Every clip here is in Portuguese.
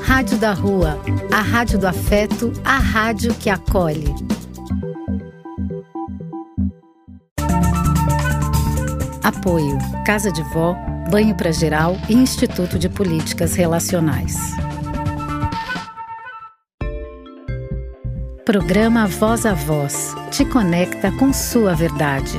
Rádio da Rua, a rádio do afeto, a rádio que acolhe. Apoio: Casa de Vó, Banho pra Geral e Instituto de Políticas Relacionais. Programa Voz a Voz te conecta com sua verdade.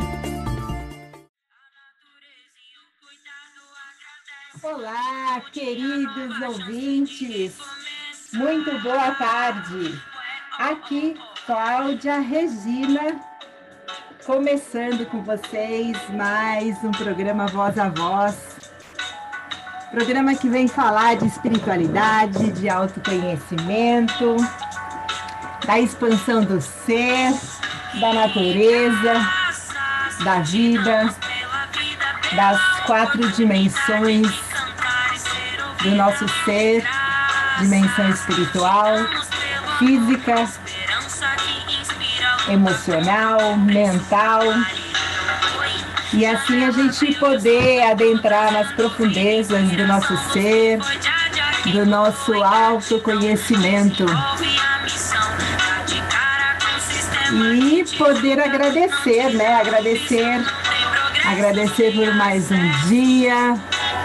Olá, queridos ouvintes, muito boa tarde. Aqui, Cláudia Regina, começando com vocês mais um programa Voz a Voz. Programa que vem falar de espiritualidade, de autoconhecimento, da expansão do ser, da natureza, da vida, das 4 dimensões do nosso ser, dimensão espiritual, física, emocional, mental, e assim a gente poder adentrar nas profundezas do nosso ser, do nosso autoconhecimento e poder agradecer, né? Agradecer por mais um dia,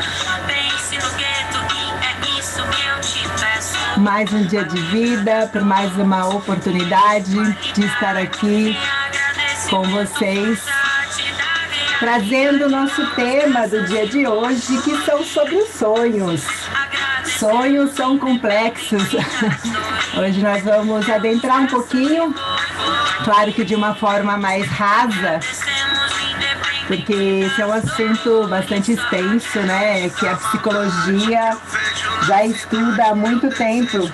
mais um dia de vida, por mais uma oportunidade de estar aqui com vocês, trazendo o nosso tema do dia de hoje, que são sobre os sonhos. Sonhos são complexos. Hoje nós vamos adentrar um pouquinho, claro que de uma forma mais rasa, porque esse é um assunto bastante extenso, né? Que a psicologia já estuda há muito tempo,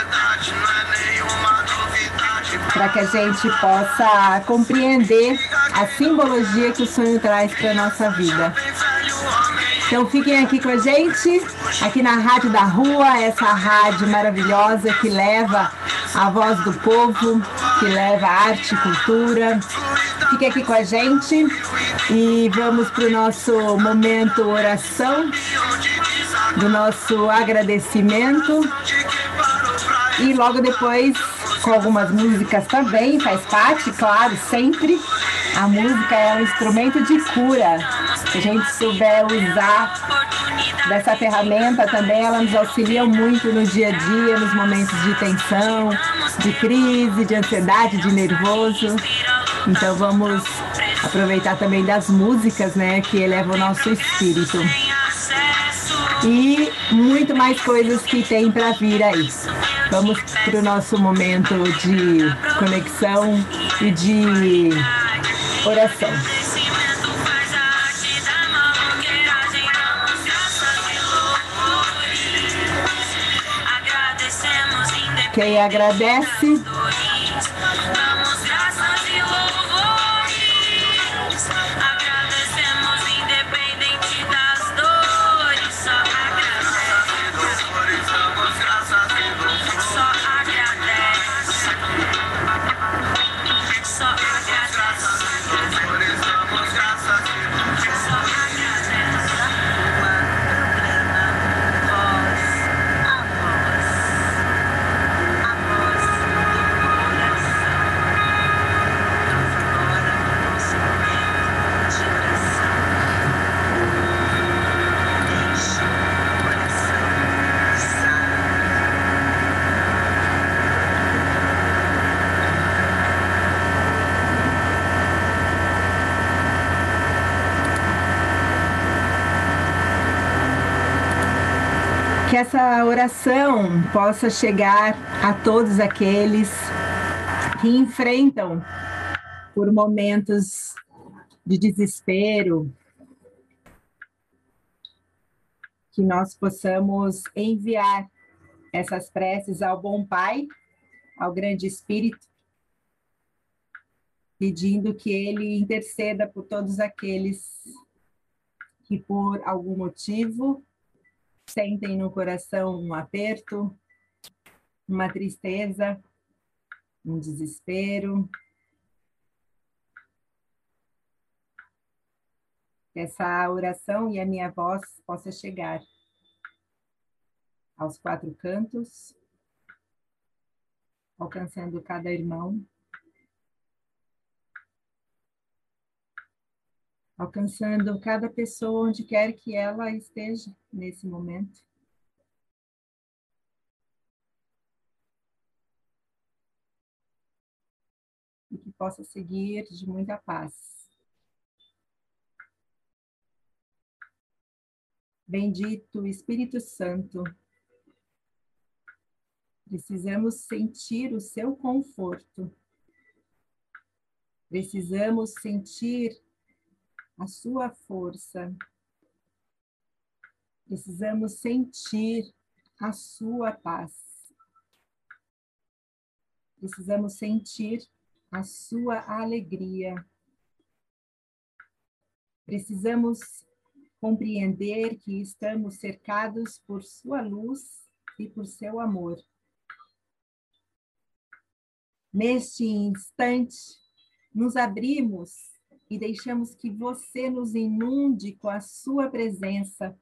para que a gente possa compreender a simbologia que o sonho traz para a nossa vida. Então fiquem aqui com a gente, aqui na Rádio da Rua, essa rádio maravilhosa que leva a voz do povo, que leva arte e cultura. Fiquem aqui com a gente e vamos para o nosso momento oração, do nosso agradecimento, e logo depois com algumas músicas também, faz parte, claro, sempre. A música é um instrumento de cura. Se a gente souber usar dessa ferramenta também, ela nos auxilia muito no dia a dia, nos momentos de tensão, de crise, de ansiedade, de nervoso. Então vamos aproveitar também das músicas, né, que elevam o nosso espírito. E muito mais coisas que tem para vir aí. Vamos para o nosso momento de conexão e de oração. Quem agradece, que essa oração possa chegar a todos aqueles que enfrentam por momentos de desespero, que nós possamos enviar essas preces ao bom Pai, ao grande Espírito, pedindo que Ele interceda por todos aqueles que por algum motivo sentem no coração um aperto, uma tristeza, um desespero. Que essa oração e a minha voz possa chegar aos quatro cantos, alcançando cada irmão, alcançando cada pessoa onde quer que ela esteja nesse momento. E que possa seguir de muita paz. Bendito Espírito Santo, precisamos sentir o seu conforto, precisamos sentir a sua força, precisamos sentir a sua paz, precisamos sentir a sua alegria, precisamos compreender que estamos cercados por sua luz e por seu amor. Neste instante, nos abrimos e deixamos que você nos inunde com a sua presença.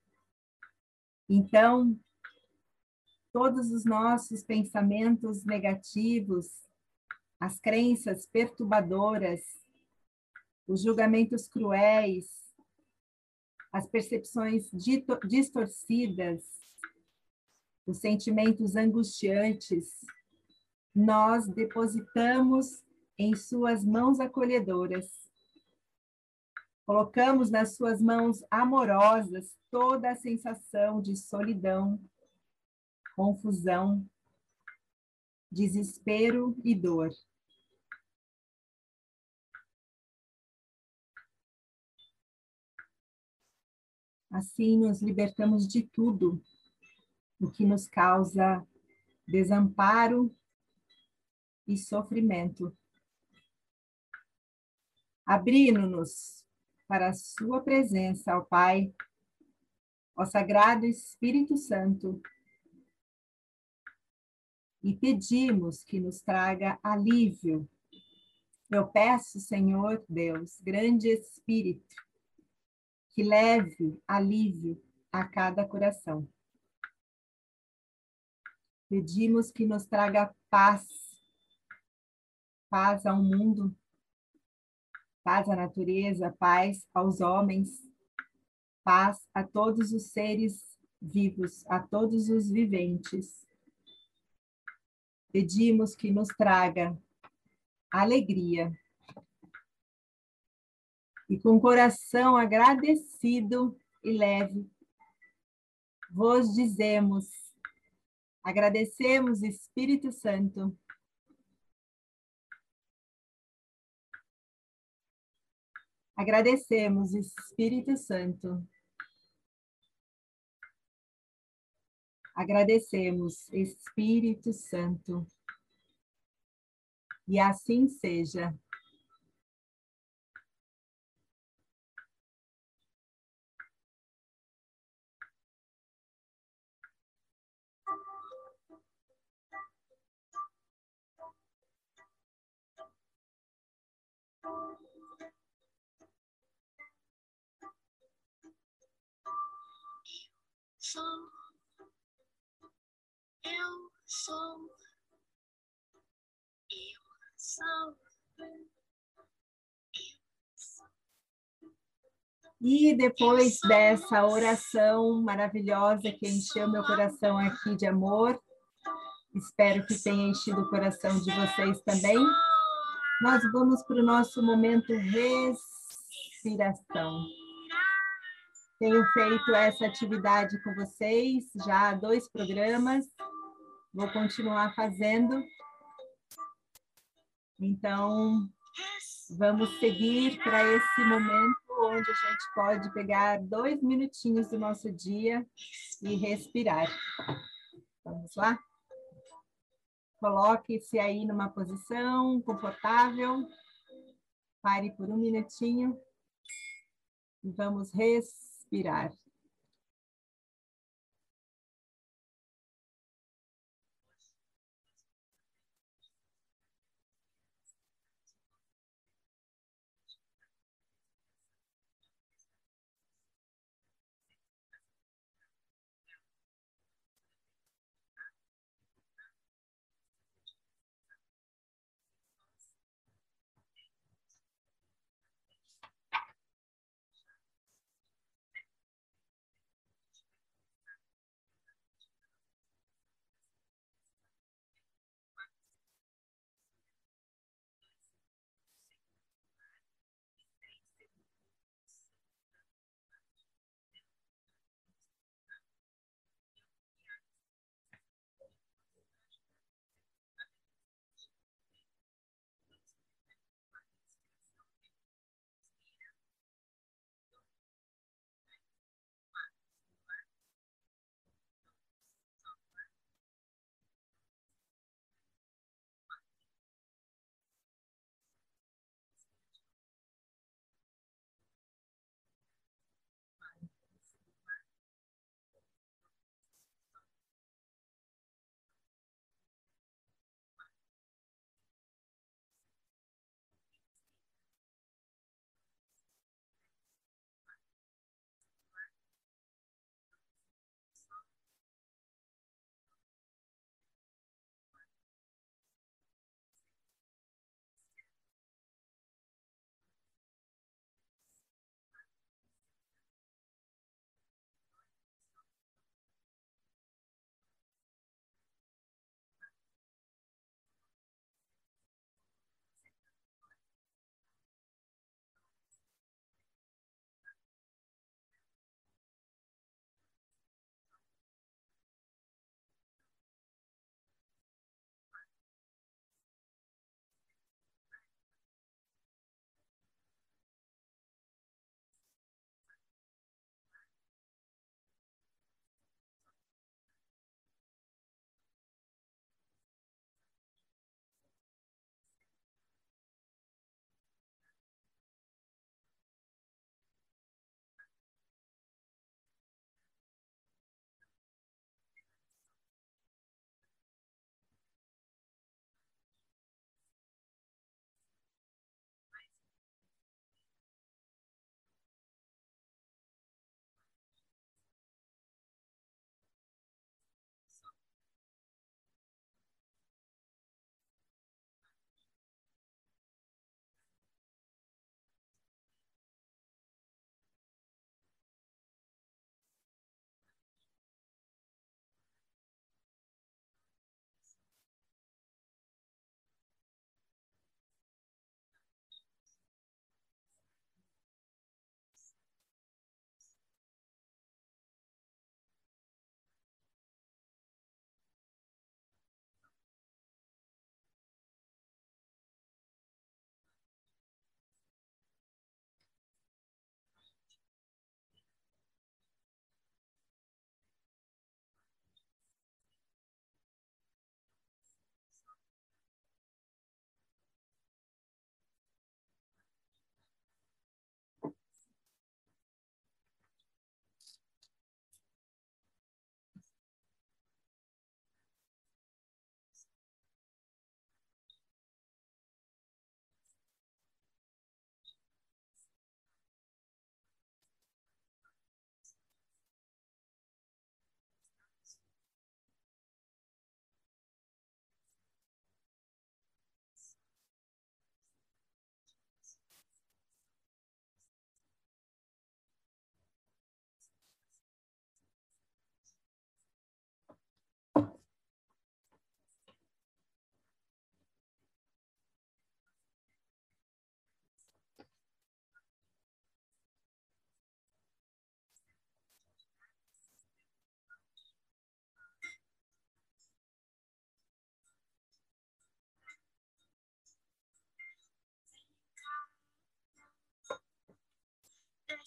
Então, todos os nossos pensamentos negativos, as crenças perturbadoras, os julgamentos cruéis, as percepções distorcidas, os sentimentos angustiantes, nós depositamos em suas mãos acolhedoras. Colocamos nas suas mãos amorosas toda a sensação de solidão, confusão, desespero e dor. Assim, nos libertamos de tudo o que nos causa desamparo e sofrimento, abrindo-nos para a sua presença, ó Pai, ó Sagrado Espírito Santo, e pedimos que nos traga alívio. Eu peço, Senhor Deus, grande Espírito, que leve alívio a cada coração. Pedimos que nos traga paz, paz ao mundo, paz à natureza, paz aos homens, paz a todos os seres vivos, a todos os viventes. Pedimos que nos traga alegria. E com o coração agradecido e leve, vos dizemos, agradecemos, Espírito Santo, agradecemos, Espírito Santo, agradecemos, Espírito Santo, e assim seja. Eu sou. E depois dessa oração maravilhosa que encheu meu coração aqui de amor, espero que tenha enchido o coração de vocês também, nós vamos para o nosso momento respiração. Tenho feito essa atividade com vocês já há 2 programas, vou continuar fazendo. Então, vamos seguir para esse momento onde a gente pode pegar 2 minutinhos do nosso dia e respirar. Vamos lá? Coloque-se aí numa posição confortável. Pare por 1 minutinho e vamos respirar.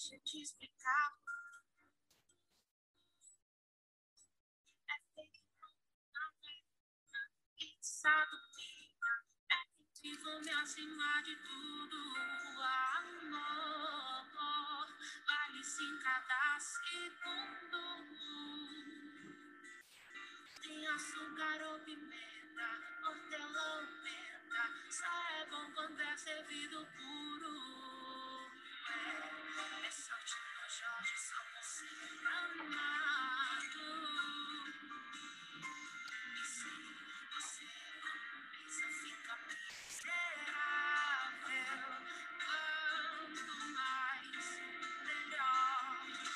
Deixa eu te explicar. É fake, não é pensado. É incrível me acima de tudo. Amor, vale-se em cada segundo. Tem açúcar ou pimenta, hortelã ou menta. Só é bom quando é servido puro. É sorte do Jorge, só você amado. E se você começa, fica miserável. Quanto mais, melhor.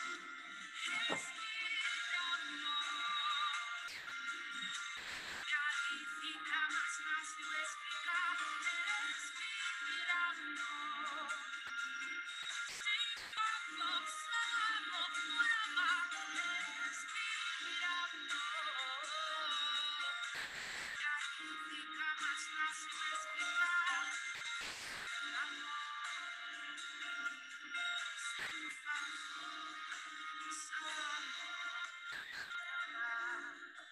Respira, amor. E aí fica mais fácil explicar. Respira, amor. Sem favor, só amor por amar. Respira, amor. E aí fica mais fácil explicar. Amor, sem favor, só amor por amar.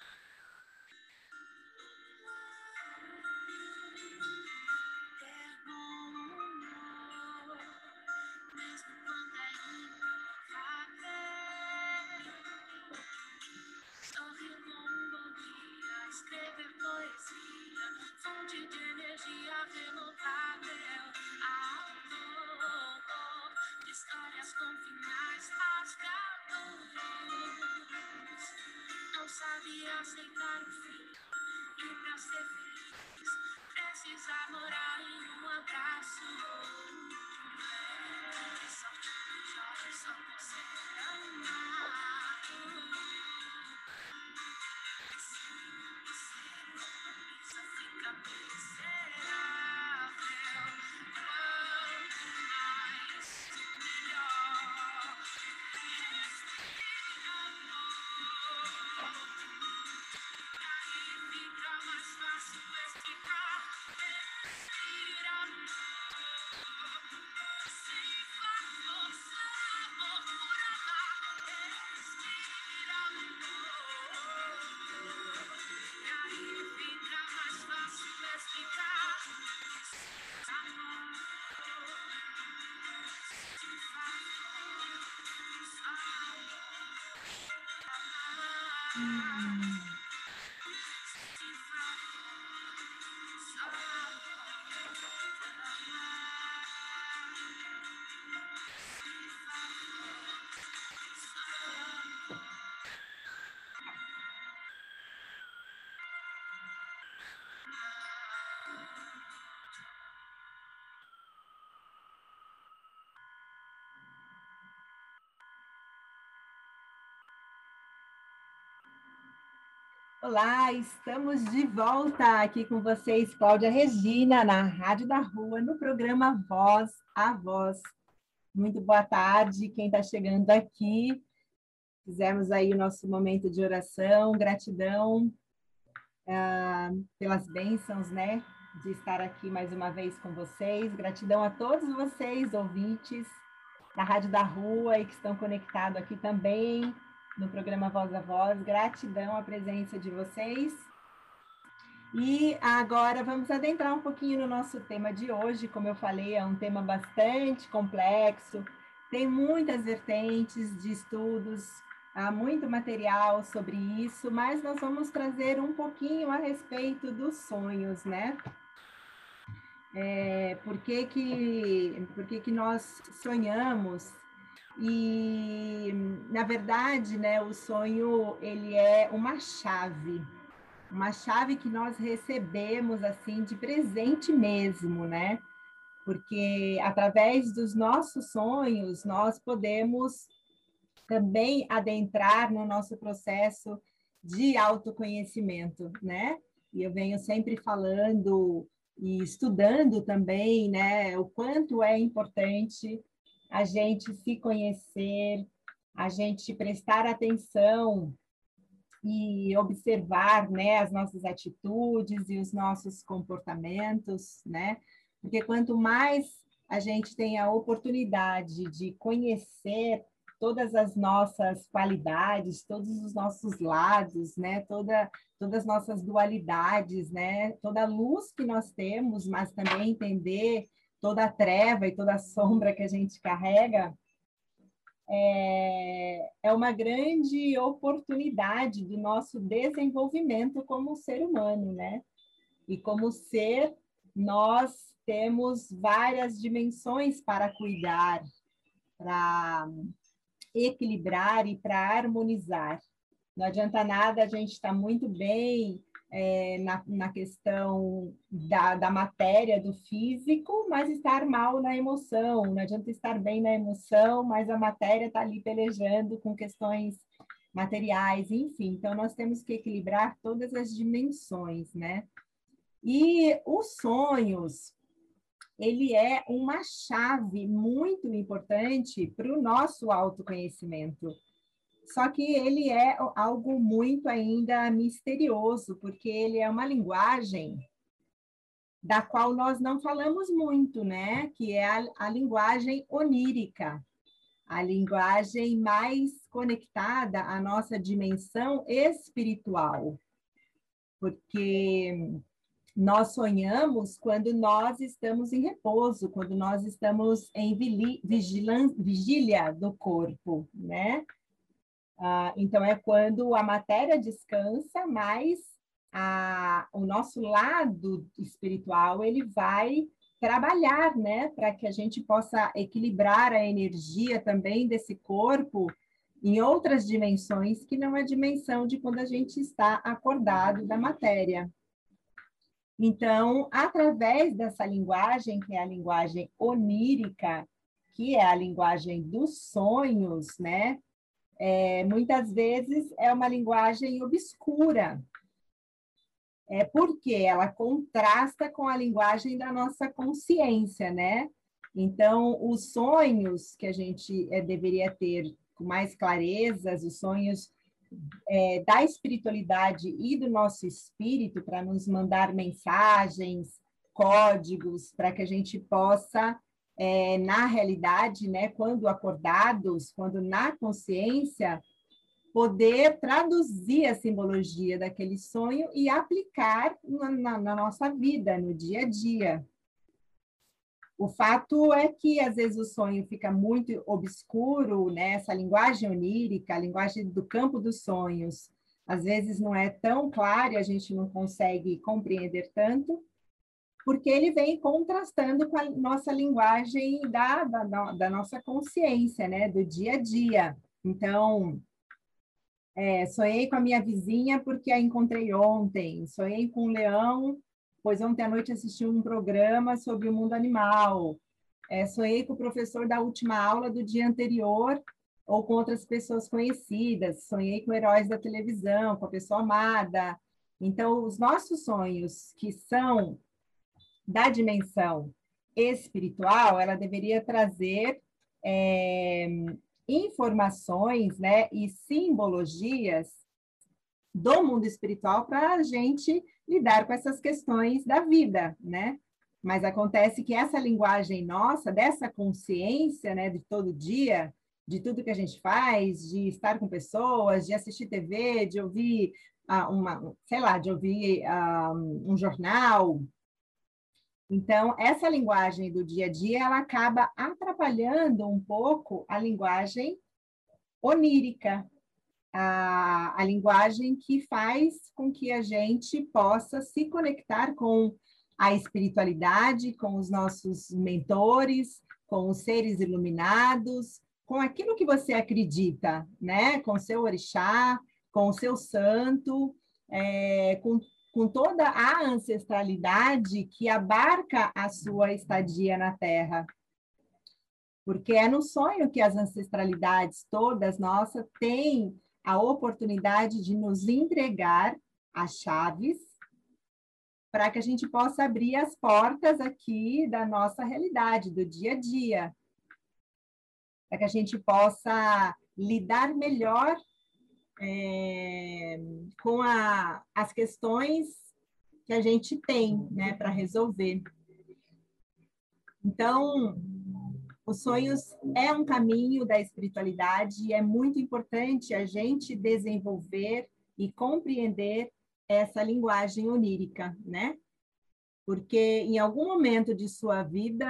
Ter bom humor, mesmo quando é improvável. Sorrir com um bom dia, escrever poesia, fonte de energia renovável. Autor de histórias com finais rasgadores. Não sabe aceitar o fim e pra ser feliz precisa morar em um abraço. Que sorte do Jorge, só você amado. E se você começa, fica miserável. Quanto mais, melhor. Respira, amor. Aí fica mais fácil explicar. Respira, amor. Sem favor, só amor por amar. Respira, amor. E aí fica mais fácil explicar. Amor, sem favor, só amor por amar. Sem favor, só amor por amar. Olá, estamos de volta aqui com vocês, Cláudia Regina, na Rádio da Rua, no programa Voz a Voz. Muito boa tarde, quem está chegando aqui. Fizemos aí o nosso momento de oração, gratidão pelas bênçãos, né, de estar aqui mais uma vez com vocês. Gratidão a todos vocês, ouvintes da Rádio da Rua e que estão conectados aqui também no programa Voz a Voz. Gratidão à presença de vocês. E agora vamos adentrar um pouquinho no nosso tema de hoje. Como eu falei, é um tema bastante complexo, tem muitas vertentes de estudos, há muito material sobre isso, mas nós vamos trazer um pouquinho a respeito dos sonhos, né? Por que nós sonhamos? E, na verdade, né, o sonho, ele é uma chave que nós recebemos, assim, de presente mesmo, né? Porque, através dos nossos sonhos, nós podemos também adentrar no nosso processo de autoconhecimento, né? E eu venho sempre falando e estudando também, né, o quanto é importante a gente se conhecer, a gente prestar atenção e observar, né, as nossas atitudes e os nossos comportamentos, né? Porque quanto mais a gente tem a oportunidade de conhecer todas as nossas qualidades, todos os nossos lados, né? Todas as nossas dualidades, né? Toda a luz que nós temos, mas também entender toda a treva e toda a sombra que a gente carrega, é uma grande oportunidade do nosso desenvolvimento como ser humano, né? E como ser, nós temos várias dimensões para cuidar, para equilibrar e para harmonizar. Não adianta nada a gente estar muito bem na questão da matéria, do físico, mas estar mal na emoção. Não adianta estar bem na emoção, mas a matéria está ali pelejando com questões materiais, enfim. Então, nós temos que equilibrar todas as dimensões, né? E os sonhos, ele é uma chave muito importante para o nosso autoconhecimento. Só que ele é algo muito ainda misterioso, porque ele é uma linguagem da qual nós não falamos muito, né? Que é a linguagem onírica, a linguagem mais conectada à nossa dimensão espiritual. Porque nós sonhamos quando nós estamos em repouso, quando nós estamos em vigília do corpo, né? Então, é quando a matéria descansa, mas o nosso lado espiritual ele vai trabalhar, né? Para que a gente possa equilibrar a energia também desse corpo em outras dimensões, que não é a dimensão de quando a gente está acordado da matéria. Então, através dessa linguagem, que é a linguagem onírica, que é a linguagem dos sonhos, né? Muitas vezes é uma linguagem obscura, porque ela contrasta com a linguagem da nossa consciência, né? Então, os sonhos que a gente deveria ter com mais clareza, os sonhos da espiritualidade e do nosso espírito, para nos mandar mensagens, códigos, para que a gente possa, na realidade, né, quando acordados, quando na consciência, poder traduzir a simbologia daquele sonho e aplicar na nossa vida, no dia a dia. O fato é que, às vezes, o sonho fica muito obscuro, né? Essa linguagem onírica, a linguagem do campo dos sonhos, às vezes não é tão clara e a gente não consegue compreender tanto, porque ele vem contrastando com a nossa linguagem da nossa consciência, né? Do dia a dia. Então, sonhei com a minha vizinha porque a encontrei ontem, sonhei com um leão, pois ontem à noite assisti um programa sobre o mundo animal. Sonhei com o professor da última aula do dia anterior ou com outras pessoas conhecidas. Sonhei com heróis da televisão, com a pessoa amada. Então, os nossos sonhos, que são da dimensão espiritual, ela deveria trazer informações, né, e simbologias do mundo espiritual para a gente lidar com essas questões da vida, né? Mas acontece que essa linguagem nossa, dessa consciência, né, de todo dia, de tudo que a gente faz, de estar com pessoas, de assistir TV, de ouvir um jornal. Então, essa linguagem do dia a dia, ela acaba atrapalhando um pouco a linguagem onírica, a linguagem que faz com que a gente possa se conectar com a espiritualidade, com os nossos mentores, com os seres iluminados, com aquilo que você acredita, né? Com o seu orixá, com o seu santo, com toda a ancestralidade que abarca a sua estadia na Terra. Porque é no sonho que as ancestralidades todas nossas têm a oportunidade de nos entregar as chaves para que a gente possa abrir as portas aqui da nossa realidade, do dia a dia, para que a gente possa lidar melhor com as questões que a gente tem, né, para resolver. Então, os sonhos é um caminho da espiritualidade e é muito importante a gente desenvolver e compreender essa linguagem onírica, né? Porque em algum momento de sua vida,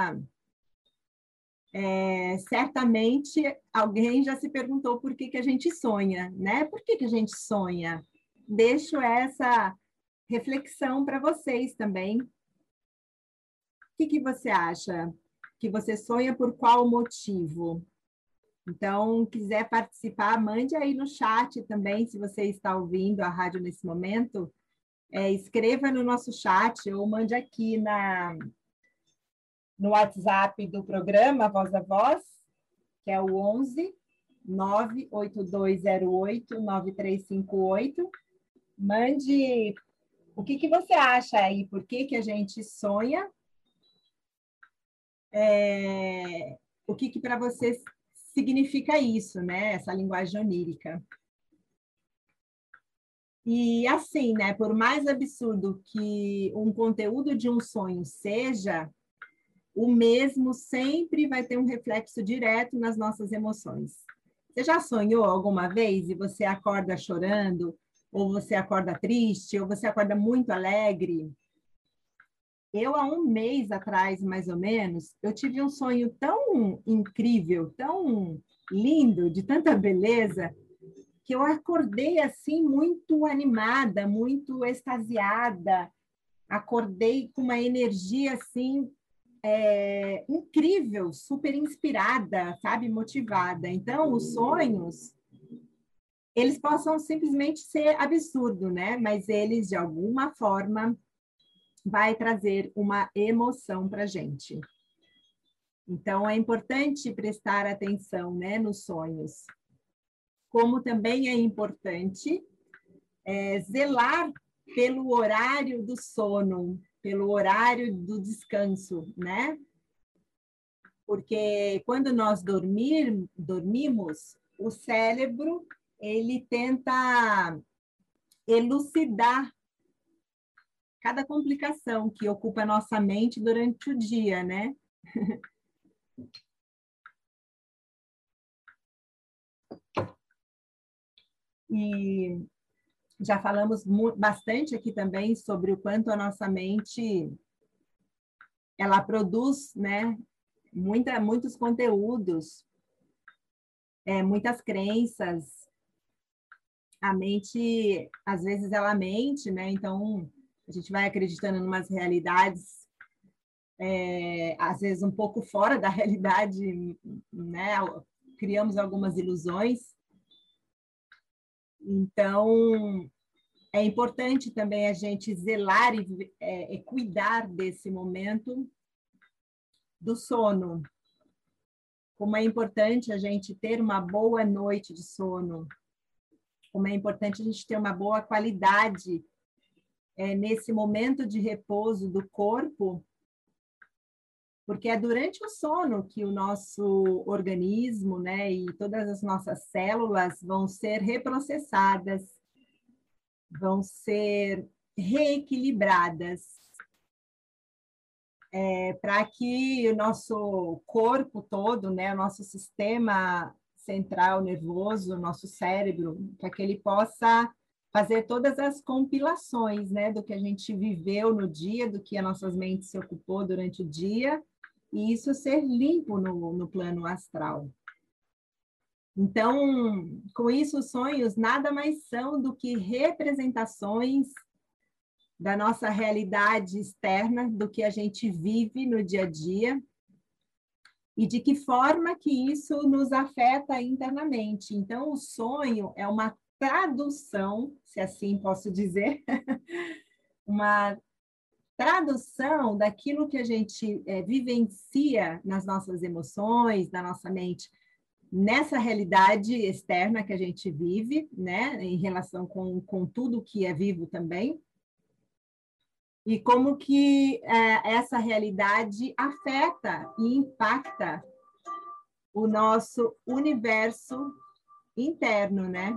certamente alguém já se perguntou por que que a gente sonha, né? Por que que a gente sonha? Deixo essa reflexão para vocês também. O que você acha? Que você sonha por qual motivo? Então, quiser participar, mande aí no chat também, se você está ouvindo a rádio nesse momento, escreva no nosso chat ou mande aqui no WhatsApp do programa Voz a Voz, que é o 11 98208 9358. Mande o que você acha aí, por que que a gente sonha, o que para você significa isso, né? Essa linguagem onírica. E assim, né? Por mais absurdo que um conteúdo de um sonho seja, o mesmo sempre vai ter um reflexo direto nas nossas emoções. Você já sonhou alguma vez e você acorda chorando, ou você acorda triste, ou você acorda muito alegre? Eu, há um mês atrás, mais ou menos, eu tive um sonho tão incrível, tão lindo, de tanta beleza, que eu acordei assim muito animada, muito extasiada, acordei com uma energia assim incrível, super inspirada, sabe, motivada. Então, os sonhos, eles possam simplesmente ser absurdo, né? Mas eles de alguma forma vai trazer uma emoção para a gente. Então, é importante prestar atenção, né, nos sonhos. Como também é importante zelar pelo horário do sono, pelo horário do descanso, né? Porque quando nós dormimos, o cérebro ele tenta elucidar cada complicação que ocupa a nossa mente durante o dia, né? E já falamos bastante aqui também sobre o quanto a nossa mente ela produz, né, muitos conteúdos, muitas crenças. A mente, às vezes, ela mente, né? Então, a gente vai acreditando em umas realidades, às vezes, um pouco fora da realidade, né? Criamos algumas ilusões. Então, é importante também a gente zelar e cuidar desse momento do sono. Como é importante a gente ter uma boa noite de sono. Como é importante a gente ter uma boa qualidade nesse momento de repouso do corpo, porque é durante o sono que o nosso organismo, né, e todas as nossas células vão ser reprocessadas, vão ser reequilibradas, para que o nosso corpo todo, né, o nosso sistema central nervoso, o nosso cérebro, para que ele possa fazer todas as compilações, né, do que a gente viveu no dia, do que as nossas mentes se ocupou durante o dia, e isso ser limpo no plano astral. Então, com isso, os sonhos nada mais são do que representações da nossa realidade externa, do que a gente vive no dia a dia, e de que forma que isso nos afeta internamente. Então, o sonho é uma tradução, se assim posso dizer, uma tradução daquilo que a gente vivencia nas nossas emoções, na nossa mente, nessa realidade externa que a gente vive, né, em relação com tudo que é vivo também, e como que essa realidade afeta e impacta o nosso universo interno, né?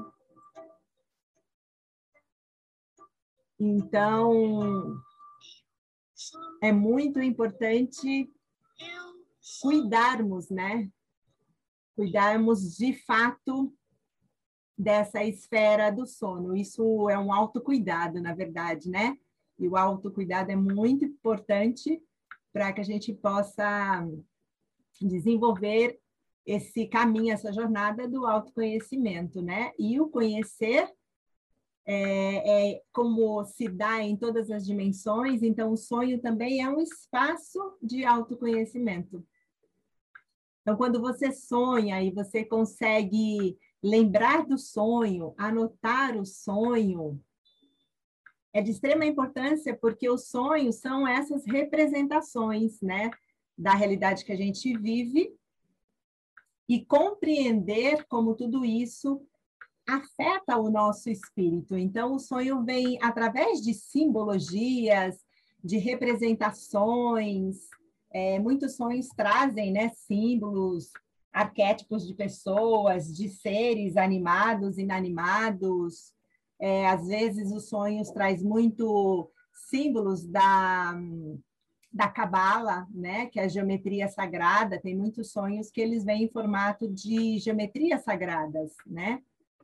Então, é muito importante cuidarmos, né? Cuidarmos de fato dessa esfera do sono. Isso é um autocuidado, na verdade, né? E o autocuidado é muito importante para que a gente possa desenvolver esse caminho, essa jornada do autoconhecimento, né? E o conhecer como se dá em todas as dimensões, então o sonho também é um espaço de autoconhecimento. Então, quando você sonha e você consegue lembrar do sonho, anotar o sonho, é de extrema importância porque os sonhos são essas representações, né, da realidade que a gente vive e compreender como tudo isso afeta o nosso espírito. Então, o sonho vem através de simbologias, de representações. Muitos sonhos trazem, né, símbolos, arquétipos de pessoas, de seres animados, inanimados. Às vezes, os sonhos traz muito símbolos da Cabala, né, que é a geometria sagrada. Tem muitos sonhos que eles vêm em formato de geometrias sagradas, né?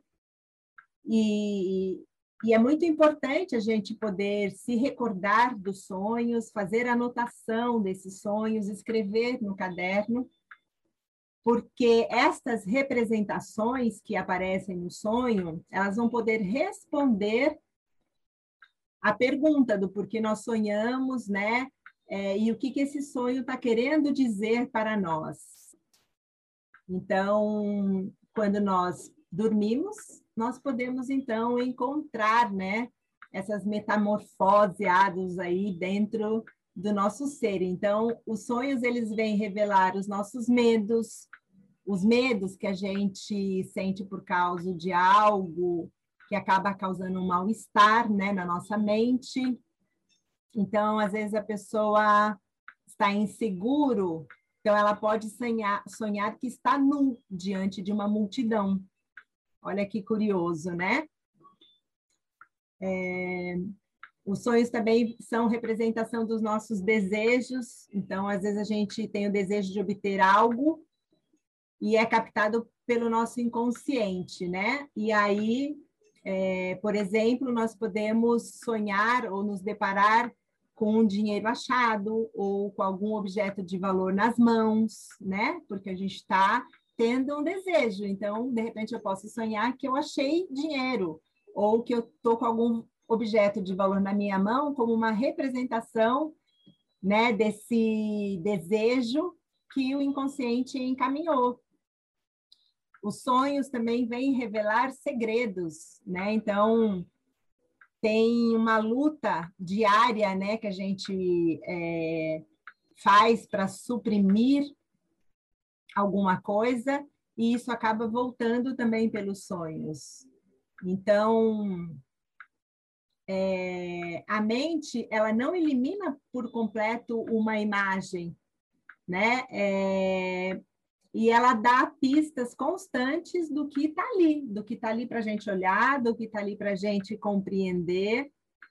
E é muito importante a gente poder se recordar dos sonhos, fazer anotação desses sonhos, escrever no caderno, porque estas representações que aparecem no sonho, elas vão poder responder a pergunta do porquê nós sonhamos, né? E o que esse sonho está querendo dizer para nós. Então, quando nós dormimos, nós podemos, então, encontrar, né, essas metamorfoseados aí dentro do nosso ser. Então, os sonhos, eles vêm revelar os nossos medos, os medos que a gente sente por causa de algo que acaba causando um mal-estar, né, na nossa mente. Então, às vezes, a pessoa está inseguro, então ela pode sonhar que está nu diante de uma multidão. Olha que curioso, né? Os sonhos também são representação dos nossos desejos. Então, às vezes, a gente tem o desejo de obter algo e é captado pelo nosso inconsciente, né? E aí, por exemplo, nós podemos sonhar ou nos deparar com um dinheiro achado ou com algum objeto de valor nas mãos, né? Porque a gente está tendo um desejo. Então, de repente, eu posso sonhar que eu achei dinheiro ou que eu estou com algum objeto de valor na minha mão como uma representação, né, desse desejo que o inconsciente encaminhou. Os sonhos também vêm revelar segredos, né? Então, tem uma luta diária, né, que a gente faz para suprimir alguma coisa, e isso acaba voltando também pelos sonhos. Então, a mente, ela não elimina por completo uma imagem, né? E ela dá pistas constantes do que está ali para a gente olhar, do que está ali para a gente compreender.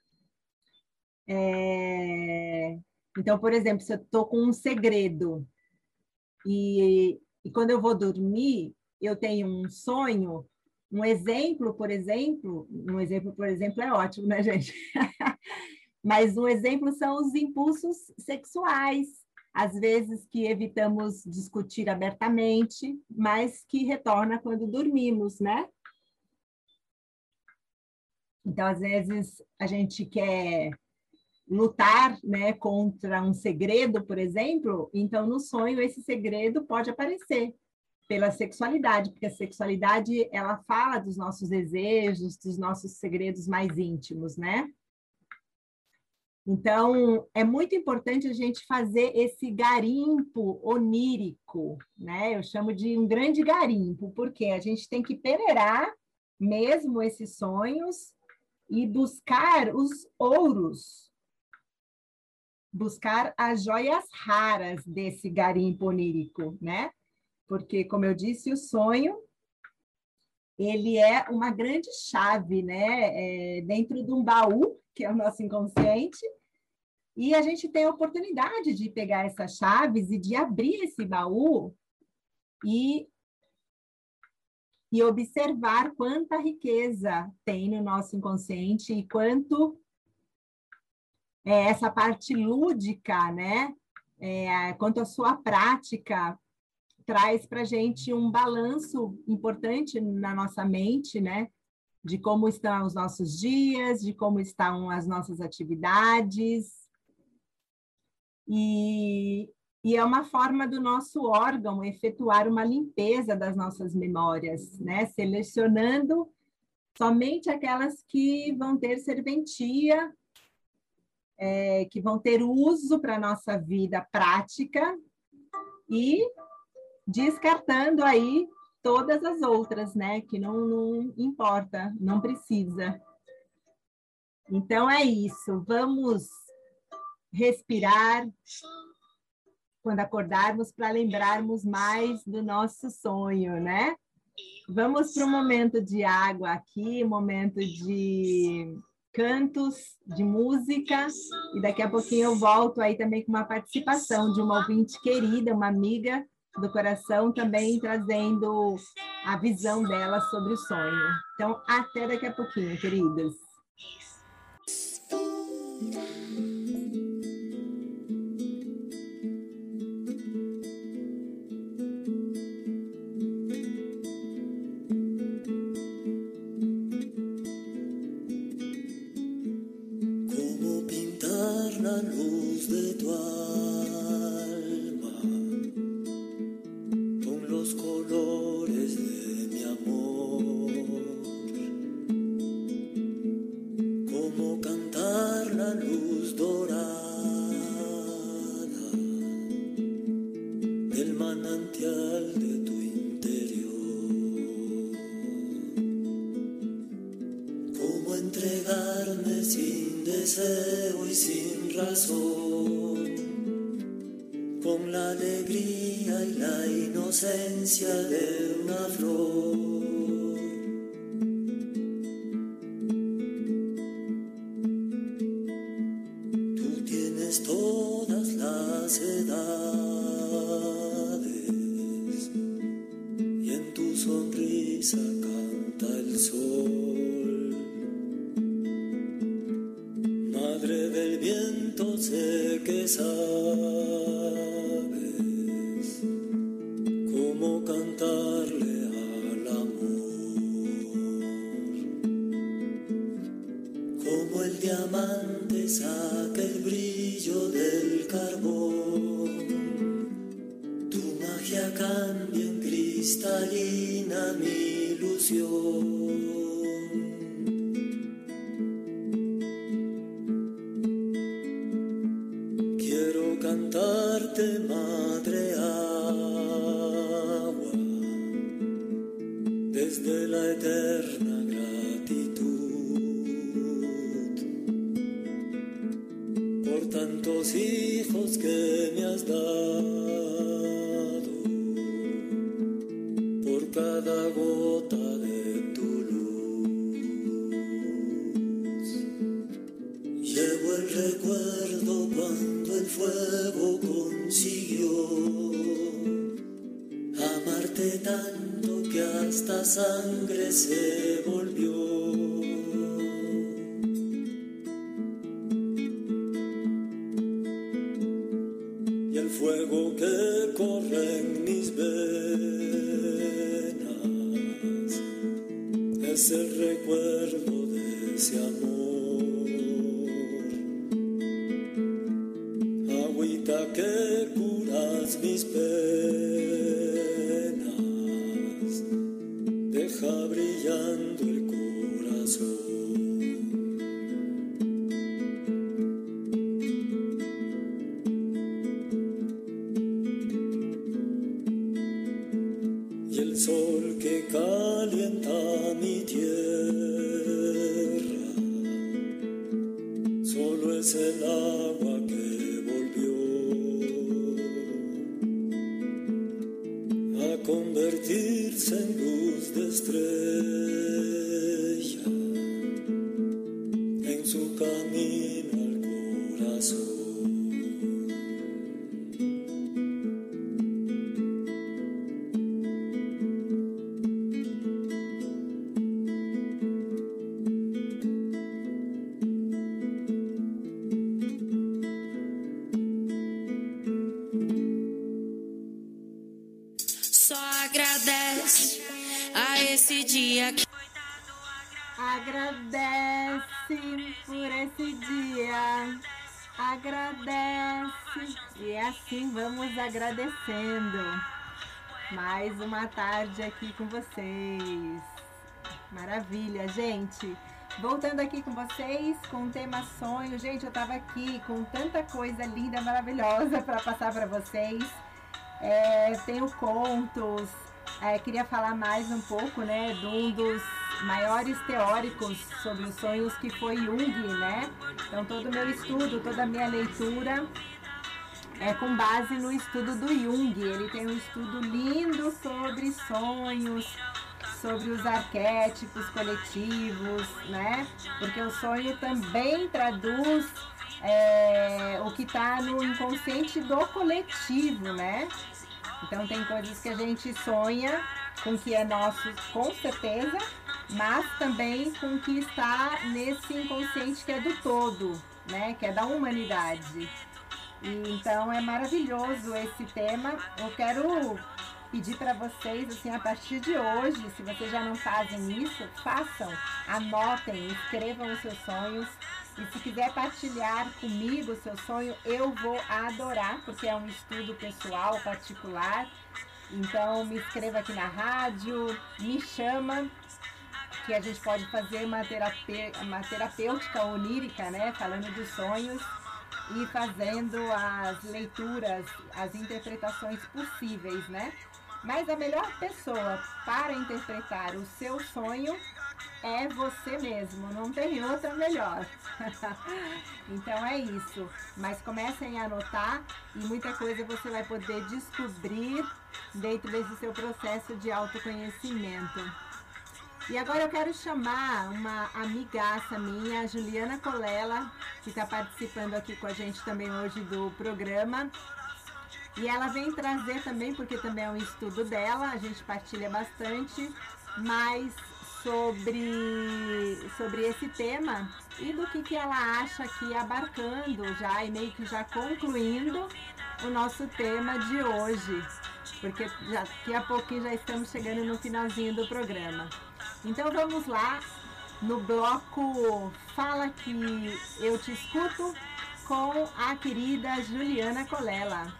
Então, por exemplo, se eu estou com um segredo e quando eu vou dormir, eu tenho um sonho, um exemplo, por exemplo é ótimo, né, gente? Mas um exemplo são os impulsos sexuais, às vezes que evitamos discutir abertamente, mas que retorna quando dormimos, né? Então, às vezes, a gente quer lutar, né, contra um segredo, por exemplo, então no sonho esse segredo pode aparecer pela sexualidade, porque a sexualidade, ela fala dos nossos desejos, dos nossos segredos mais íntimos, né? Então, é muito importante a gente fazer esse garimpo onírico, né? Eu chamo de um grande garimpo, porque a gente tem que peneirar mesmo esses sonhos e buscar os ouros, buscar as joias raras desse garimpo onírico, né? Porque, como eu disse, o sonho, ele é uma grande chave, né? Dentro de um baú, que é o nosso inconsciente, E a gente tem a oportunidade de pegar essas chaves e de abrir esse baú e observar quanta riqueza tem no nosso inconsciente e quanto essa parte lúdica, né? Quanto a sua prática traz para a gente um balanço importante na nossa mente, né? De como estão os nossos dias, de como estão as nossas atividades. E é uma forma do nosso órgão efetuar uma limpeza das nossas memórias, né? Selecionando somente aquelas que vão ter serventia, que vão ter uso para a nossa vida prática e descartando aí todas as outras, né? Que não importa, não precisa. Então é isso, vamos respirar quando acordarmos para lembrarmos mais do nosso sonho, né? Vamos para um momento de água aqui, um momento de cantos, de música, e daqui a pouquinho eu volto aí também com uma participação de uma ouvinte querida, uma amiga do coração, também trazendo a visão dela sobre o sonho. Então, até daqui a pouquinho, queridos. De una flor. Tú tienes todas las edades y en tu sonrisa canta el sol. Madre del viento, sé que sabes cómo cantarle al amor, como el diamante saca el brillo del carbón, tu magia cambia en cristalina mi ilusión. Quiero cantarte, madre agua, desde la eterna gratitud por tantos hijos que me has dado, por cada gota de tu luz. Llevo el recuerdo cuando el fuego consiguió amarte tanto que hasta sangre se volvió. Y el fuego que corre en mis venas es el recuerdo de ese amor. Agüita que curas mis penas, deja brillando el corazón. Y el sol que calienta mi tierra, solo es el agua que volvió a convertirse en luz de estrella en su camino al corazón. dia que agradece por esse dia, agradece. E assim vamos agradecendo. Mais uma tarde aqui com vocês. Maravilha, gente. Voltando aqui com vocês com o tema sonho. Gente, eu tava aqui com tanta coisa linda, maravilhosa para passar para vocês. Tenho contos. Queria falar mais um pouco, né, de um dos maiores teóricos sobre os sonhos, que foi Jung, né? Então todo o meu estudo, toda a minha leitura é com base no estudo do Jung. Ele tem um estudo lindo sobre sonhos, sobre os arquétipos coletivos, né? Porque o sonho também traduz o que está no inconsciente do coletivo, né? Então tem coisas que a gente sonha com que é nosso, com certeza, mas também com que está nesse inconsciente que é do todo, né? Que é da humanidade. E então é maravilhoso esse tema. Eu quero pedir para vocês, assim, a partir de hoje, se vocês já não fazem isso, façam, anotem, escrevam os seus sonhos. E se quiser partilhar comigo o seu sonho, eu vou adorar, porque é um estudo pessoal, particular. Então me escreva aqui na rádio, me chama, que a gente pode fazer uma terapêutica onírica, né? Falando dos sonhos e fazendo as leituras, as interpretações possíveis, né? Mas a melhor pessoa para interpretar o seu sonho é você mesmo, não tem outra melhor. Então é isso. Mas comecem a anotar e muita coisa você vai poder descobrir dentro desse seu processo de autoconhecimento. E agora eu quero chamar uma amigaça minha, a Juliana Colella, que está participando aqui com a gente também hoje do programa. E ela vem trazer também, porque também é um estudo dela, a gente partilha bastante, mais sobre esse tema e do que ela acha aqui, abarcando já e meio que já concluindo o nosso tema de hoje, porque daqui a pouquinho já estamos chegando no finalzinho do programa. Então vamos lá no bloco Fala Que Eu Te Escuto com a querida Juliana Colella.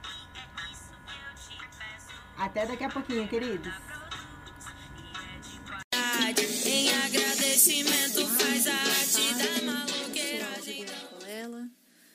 Até daqui a pouquinho, queridos. em agradecimento faz a arte da maloqueiragem. Juliana Colella,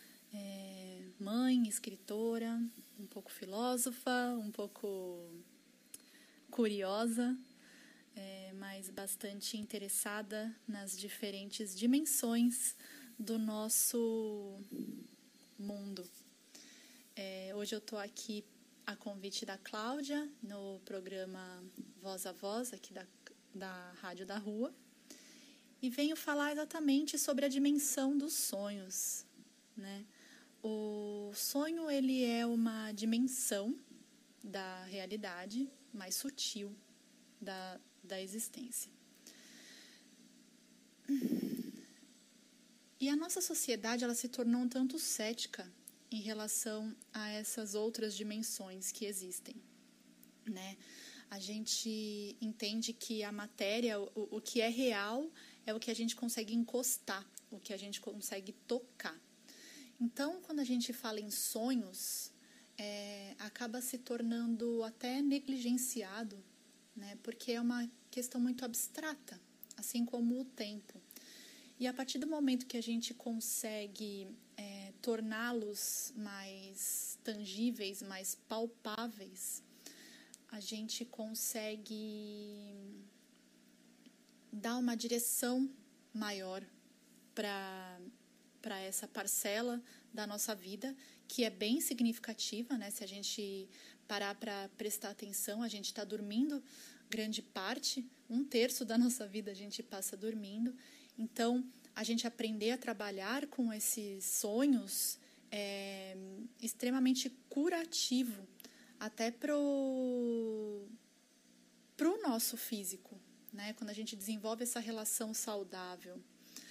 mãe, escritora, um pouco filósofa, um pouco curiosa, mas bastante interessada nas diferentes dimensões do nosso mundo. Hoje eu estou aqui a convite da Cláudia, no programa Voz a Voz, aqui da Rádio da Rua, e venho falar exatamente sobre a dimensão dos sonhos, né? O sonho, ele é uma dimensão da realidade mais sutil da existência. E a nossa sociedade, ela se tornou um tanto cética em relação a essas outras dimensões que existem, né? A gente entende que a matéria, o que é real, é o que a gente consegue encostar, o que a gente consegue tocar. Então, quando a gente fala em sonhos, acaba se tornando até negligenciado, né? Porque é uma questão muito abstrata, assim como o tempo. E a partir do momento que a gente consegue torná-los mais tangíveis, mais palpáveis, a gente consegue dar uma direção maior para essa parcela da nossa vida, que é bem significativa, né? Se a gente parar para prestar atenção, a gente está dormindo grande parte, 1/3 da nossa vida a gente passa dormindo. Então, a gente aprender a trabalhar com esses sonhos é extremamente curativo, até pro nosso físico, né? Quando a gente desenvolve essa relação saudável.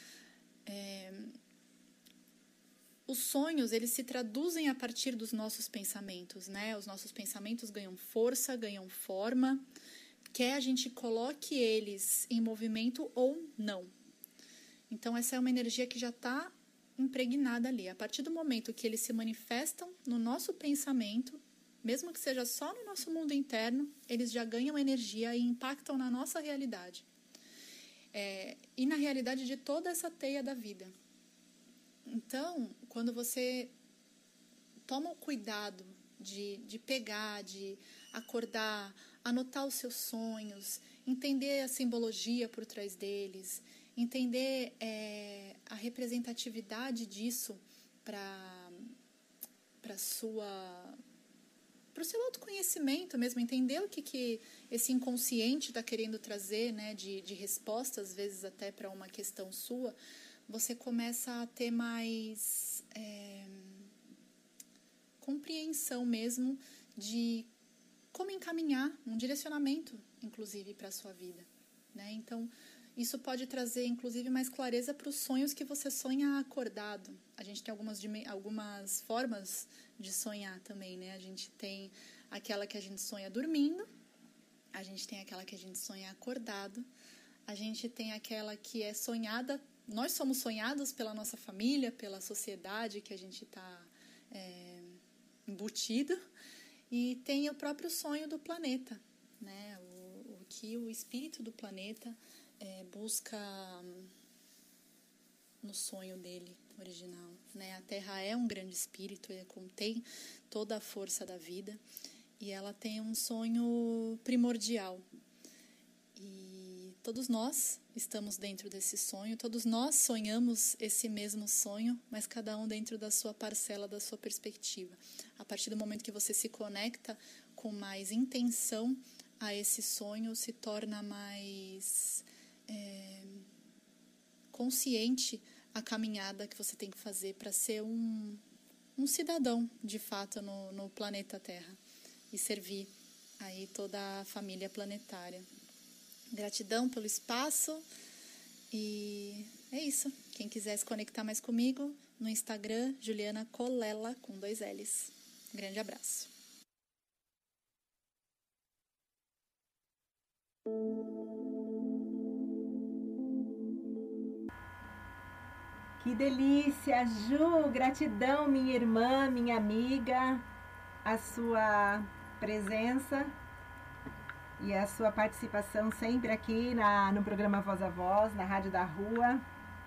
Os sonhos, eles se traduzem a partir dos nossos pensamentos, né? Os nossos pensamentos ganham força, ganham forma, quer a gente coloque eles em movimento ou não. Então, essa é uma energia que já está impregnada ali. A partir do momento que eles se manifestam no nosso pensamento, mesmo que seja só no nosso mundo interno, eles já ganham energia e impactam na nossa realidade. E na realidade de toda essa teia da vida. Então, quando você toma o cuidado de pegar, de acordar, anotar os seus sonhos, entender a simbologia por trás deles, entender a representatividade disso para o seu autoconhecimento mesmo, entender o que esse inconsciente está querendo trazer, né, de resposta, às vezes até para uma questão sua, você começa a ter mais compreensão mesmo de como encaminhar um direcionamento, inclusive, para a sua vida, né? Então, isso pode trazer, inclusive, mais clareza para os sonhos que você sonha acordado. A gente tem algumas formas de sonhar também, né? A gente tem aquela que a gente sonha dormindo, a gente tem aquela que a gente sonha acordado, a gente tem aquela que é sonhada. Nós somos sonhados pela nossa família, pela sociedade que a gente está embutido, e tem o próprio sonho do planeta, né? O que o espírito do planeta busca no sonho dele original, né? A Terra é um grande espírito, contém toda a força da vida, e ela tem um sonho primordial. E todos nós estamos dentro desse sonho, todos nós sonhamos esse mesmo sonho, mas cada um dentro da sua parcela, da sua perspectiva. A partir do momento que você se conecta com mais intenção a esse sonho, se torna mais consciente a caminhada que você tem que fazer para ser um cidadão, de fato, no planeta Terra e servir aí toda a família planetária. Gratidão pelo espaço e é isso. Quem quiser se conectar mais comigo, no Instagram, Juliana Colella, com 2 L's. Grande abraço. Que delícia, Ju! Gratidão, minha irmã, minha amiga, a sua presença e a sua participação sempre aqui no programa Voz a Voz, na Rádio da Rua.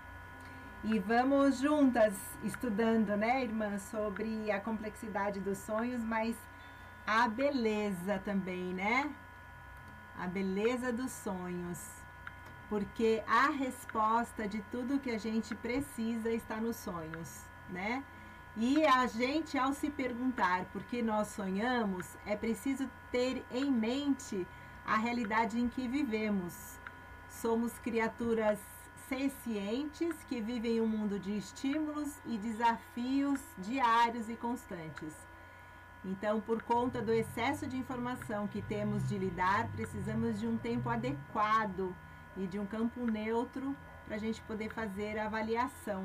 E vamos juntas estudando, né, irmã, sobre a complexidade dos sonhos, mas a beleza também, né? A beleza dos sonhos. Porque a resposta de tudo que a gente precisa está nos sonhos, né? E a gente, ao se perguntar por que nós sonhamos, é preciso ter em mente a realidade em que vivemos. Somos criaturas sencientes que vivem um mundo de estímulos e desafios diários e constantes. Então, por conta do excesso de informação que temos de lidar, precisamos de um tempo adequado e de um campo neutro para a gente poder fazer a avaliação.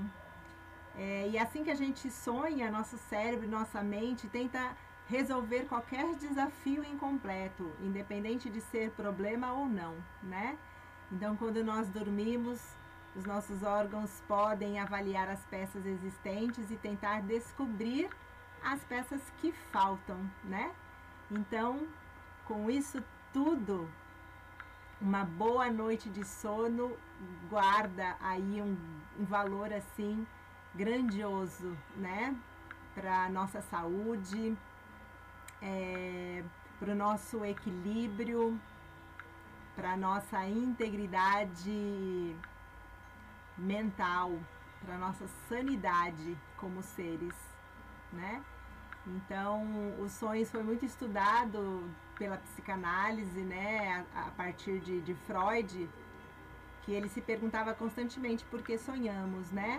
E assim que a gente sonha, nosso cérebro, nossa mente tenta resolver qualquer desafio incompleto, independente de ser problema ou não, né? Então, quando nós dormimos, os nossos órgãos podem avaliar as peças existentes e tentar descobrir as peças que faltam, né? Então, com isso tudo, uma boa noite de sono guarda aí um valor assim grandioso, né? Para a nossa saúde, para o nosso equilíbrio, para a nossa integridade mental, para a nossa sanidade como seres, né? Então, os sonhos foi muito estudado pela psicanálise, né? A partir de Freud, que ele se perguntava constantemente por que sonhamos, né?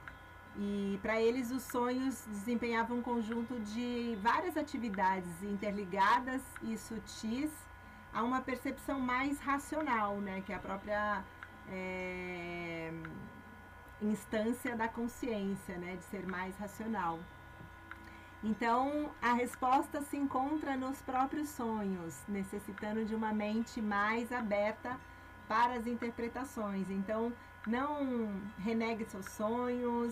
E para eles os sonhos desempenhavam um conjunto de várias atividades interligadas e sutis a uma percepção mais racional, né? Que é a própria instância da consciência, né? De ser mais racional. Então, a resposta se encontra nos próprios sonhos, necessitando de uma mente mais aberta para as interpretações. Então, não renegue seus sonhos,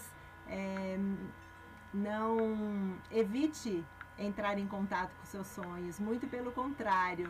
não evite entrar em contato com seus sonhos, muito pelo contrário.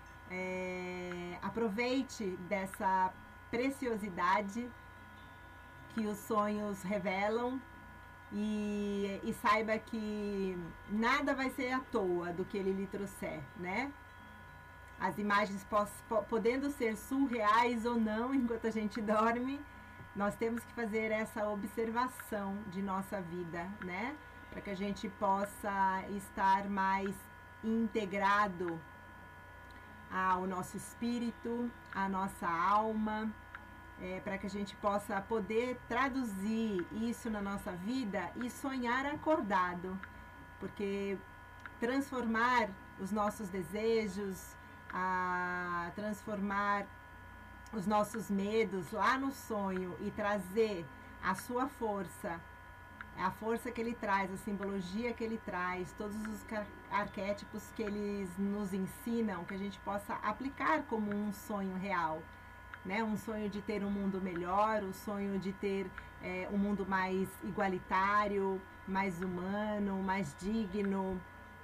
Aproveite dessa preciosidade que os sonhos revelam e saiba que nada vai ser à toa do que ele lhe trouxer, né? As imagens podendo ser surreais ou não enquanto a gente dorme, nós temos que fazer essa observação de nossa vida, né? Para que a gente possa estar mais integrado ao nosso espírito, à nossa alma, para que a gente possa poder traduzir isso na nossa vida e sonhar acordado, porque transformar os nossos desejos, transformar os nossos medos lá no sonho e trazer a sua força, a força que ele traz, a simbologia que ele traz, todos os arquétipos que eles nos ensinam, que a gente possa aplicar como um sonho real, né? Um sonho de ter um mundo melhor, um sonho de ter um mundo mais igualitário, mais humano, mais digno,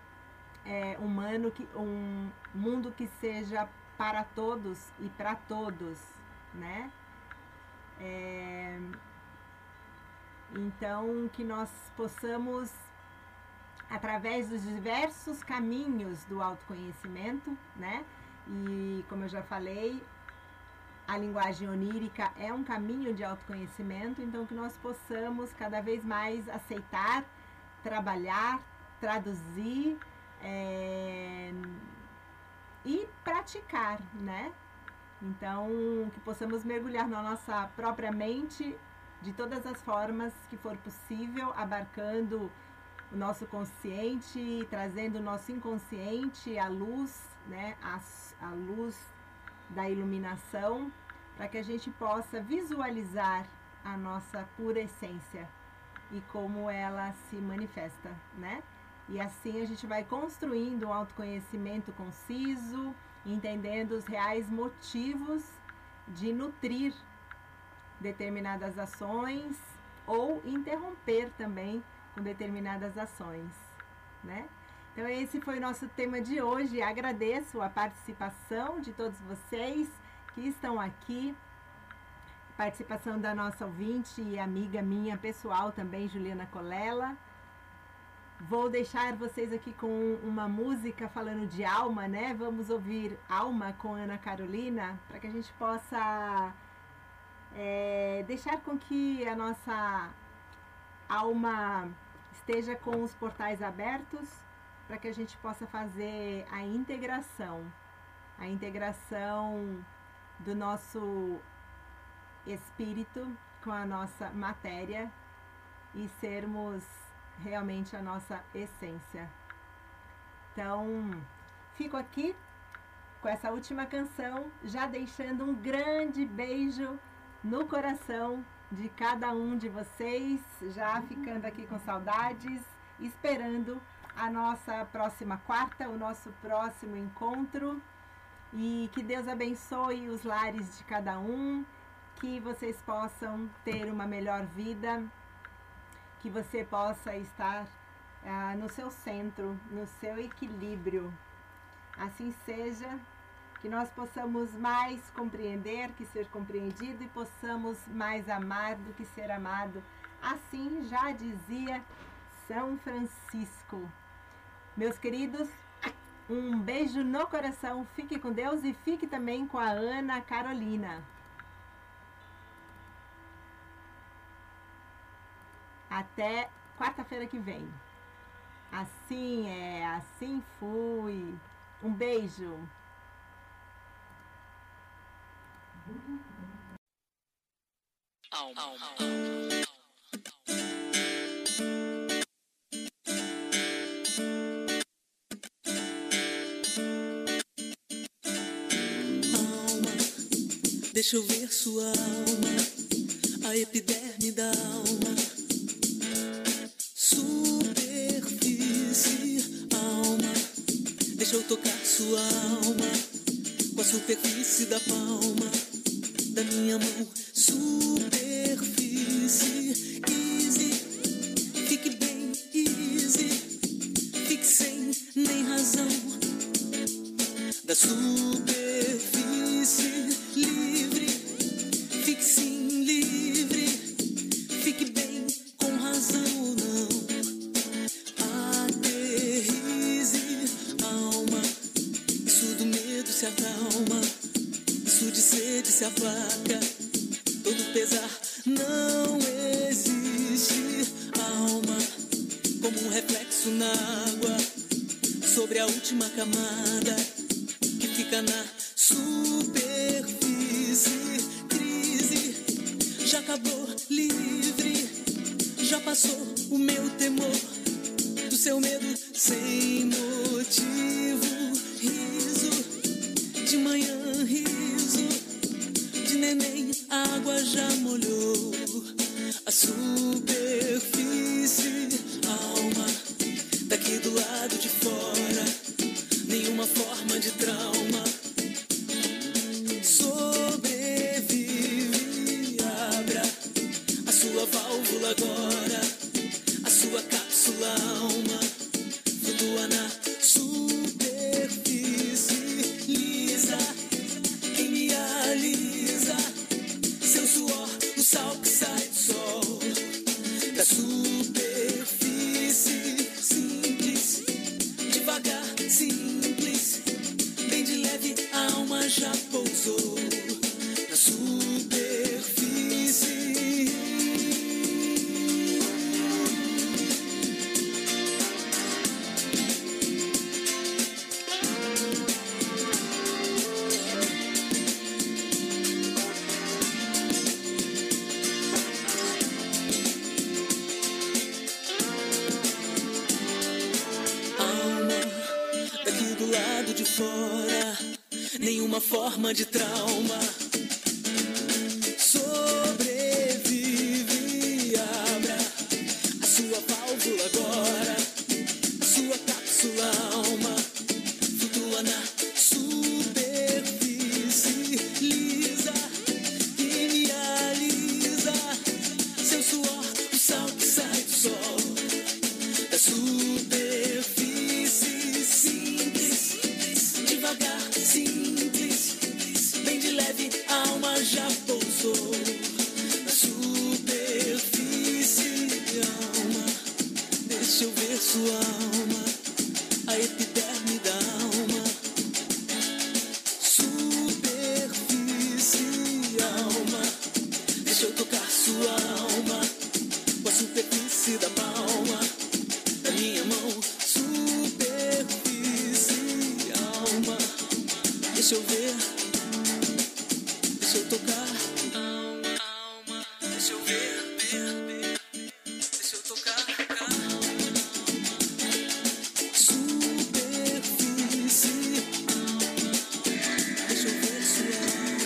um mundo que seja para todos e para todos, né? Então, que nós possamos, através dos diversos caminhos do autoconhecimento, né? E, como eu já falei, a linguagem onírica é um caminho de autoconhecimento, então que nós possamos cada vez mais aceitar, trabalhar, traduzir e praticar, né? Então, que possamos mergulhar na nossa própria mente de todas as formas que for possível, abarcando o nosso consciente, trazendo o nosso inconsciente à luz, né? A luz da iluminação, para que a gente possa visualizar a nossa pura essência e como ela se manifesta, né? E assim a gente vai construindo um autoconhecimento conciso, entendendo os reais motivos de nutrir determinadas ações ou interromper também com determinadas ações, né? Então esse foi o nosso tema de hoje. Agradeço a participação de todos vocês que estão aqui, participação da nossa ouvinte e amiga minha pessoal também, Juliana Colella. Vou deixar vocês aqui com uma música falando de alma, né? Vamos ouvir Alma com Ana Carolina, para que a gente possa deixar com que a nossa alma esteja com os portais abertos, para que a gente possa fazer a integração do nosso espírito com a nossa matéria e sermos realmente a nossa essência. Então, fico aqui com essa última canção, já deixando um grande beijo no coração de cada um de vocês, já ficando aqui com saudades, esperando a nossa próxima quarta, o nosso próximo encontro, e que Deus abençoe os lares de cada um, que vocês possam ter uma melhor vida, que você possa estar no seu centro, no seu equilíbrio. Assim seja, que nós possamos mais compreender que ser compreendido e possamos mais amar do que ser amado. Assim já dizia São Francisco. Meus queridos, um beijo no coração, fique com Deus e fique também com a Ana Carolina. Até quarta-feira que vem. Assim assim fui. Um beijo. Deixa eu ver sua alma, a epiderme da alma, superfície. Deixa eu tocar sua alma com a superfície da palma da minha mão. Superfície, easy, fique bem easy, fique sem nem razão. Da superfície livre, fique sim livre, fique bem com razão ou não. Aterrize, alma, isso do medo se acalma, isso de sede se aplaca, todo pesar não existe. Alma, como um reflexo na água, sobre a última camada que fica na superfície. Crise, já acabou, livre, já passou o meu temor, do seu medo sem motivo. Riso, de manhã riso, de neném a água já molhou a superfície. Alma, daqui do lado de fora, nenhuma forma de trauma. Sobrevive, abra a sua válvula agora, a sua cápsula alma flutua na superfície lisa, quem me alisa, seu suor, o sal que sai do sol. Da superfície simples, devagar, simples, bem de leve, a alma já pousou na superfície. Alma, daqui do lado de fora, nenhuma forma de trauma. Sobrevive, abra a sua válvula agora, a sua cápsula alma flutua na superfície lisa, que me alisa, seu suor, o sal que sai do sol. Da superfície simples, devagar, simples, bem de leve, a alma já pousou na superfície. Alma, deixa eu ver sua alma, a epiderme da alma. Superfície, alma, deixa eu tocar sua alma com a superfície da palma da minha mão. Superfície, alma, deixa eu ver, deixa eu tocar. Alma, deixa eu ver, deixa eu tocar. Superfície, deixa eu ver sua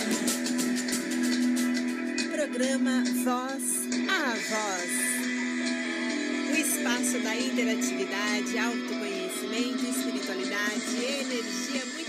alma. Programa Voz a Voz. O espaço da interatividade, autoconhecimento, espiritualidade e energia muito